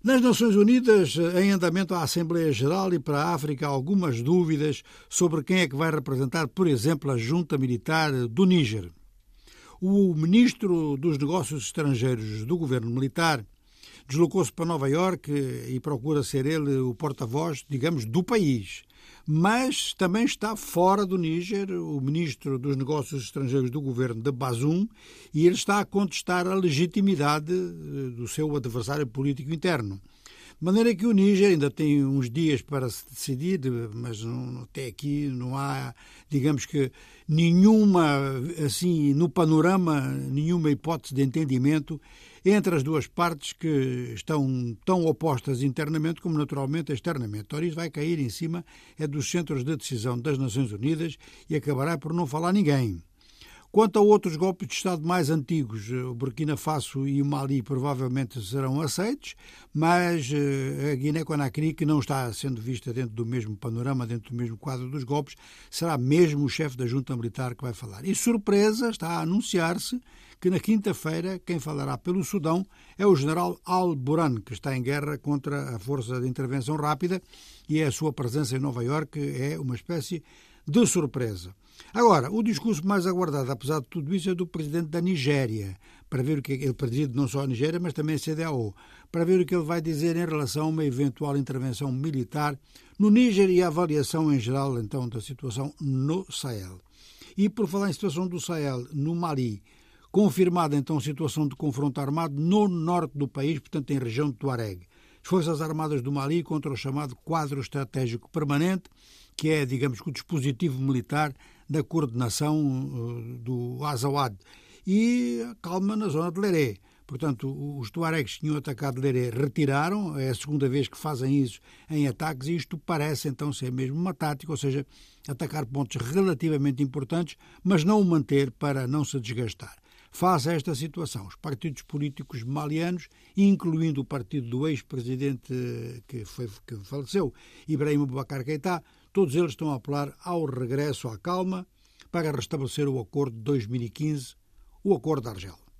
Nas Nações Unidas, em andamento a Assembleia Geral e para a África, há algumas dúvidas sobre quem é que vai representar, por exemplo, a junta militar do Níger. O ministro dos Negócios Estrangeiros do governo militar deslocou-se para Nova Iorque e procura ser ele o porta-voz, digamos, do país. Mas também está fora do Níger o ministro dos Negócios Estrangeiros do governo de Bazoum e ele está a contestar a legitimidade do seu adversário político interno. De maneira que o Níger ainda tem uns dias para se decidir, mas até aqui não há, digamos que, nenhuma, assim, no panorama, nenhuma hipótese de entendimento entre as duas partes que estão tão opostas internamente como naturalmente externamente. Ora, isso vai cair em cima dos centros de decisão das Nações Unidas e acabará por não falar ninguém. Quanto a outros golpes de Estado mais antigos, o Burkina Faso e o Mali provavelmente serão aceitos, mas a Guiné-Conakry, que não está sendo vista dentro do mesmo panorama, dentro do mesmo quadro dos golpes, será mesmo o chefe da junta militar que vai falar. E surpresa, está a anunciar-se que na quinta-feira quem falará pelo Sudão é o general Al-Burhan, que está em guerra contra a Força de Intervenção Rápida e a sua presença em Nova Iorque é uma espécie de surpresa. Agora, o discurso mais aguardado, apesar de tudo isso, é do presidente da Nigéria, para ver o que ele preside não só a Nigéria, mas também a CEDEAO, para ver o que ele vai dizer em relação a uma eventual intervenção militar no Níger e a avaliação em geral, então, da situação no Sahel. E por falar em situação do Sahel, no Mali, confirmada então a situação de confronto armado no norte do país, portanto em região de Tuareg. As Forças Armadas do Mali contra o chamado Quadro Estratégico Permanente, que é, digamos, o dispositivo militar da coordenação do Azawad, e calma na zona de Leré. Portanto, os tuaregs que tinham atacado Leré retiraram, é a segunda vez que fazem isso em ataques, e isto parece então ser mesmo uma tática, ou seja, atacar pontos relativamente importantes, mas não o manter para não se desgastar. Face a esta situação, os partidos políticos malianos, incluindo o partido do ex-presidente que faleceu, Ibrahim Boubacar Keïta, todos eles estão a apelar ao regresso à calma para restabelecer o acordo de 2015, o acordo de Argel.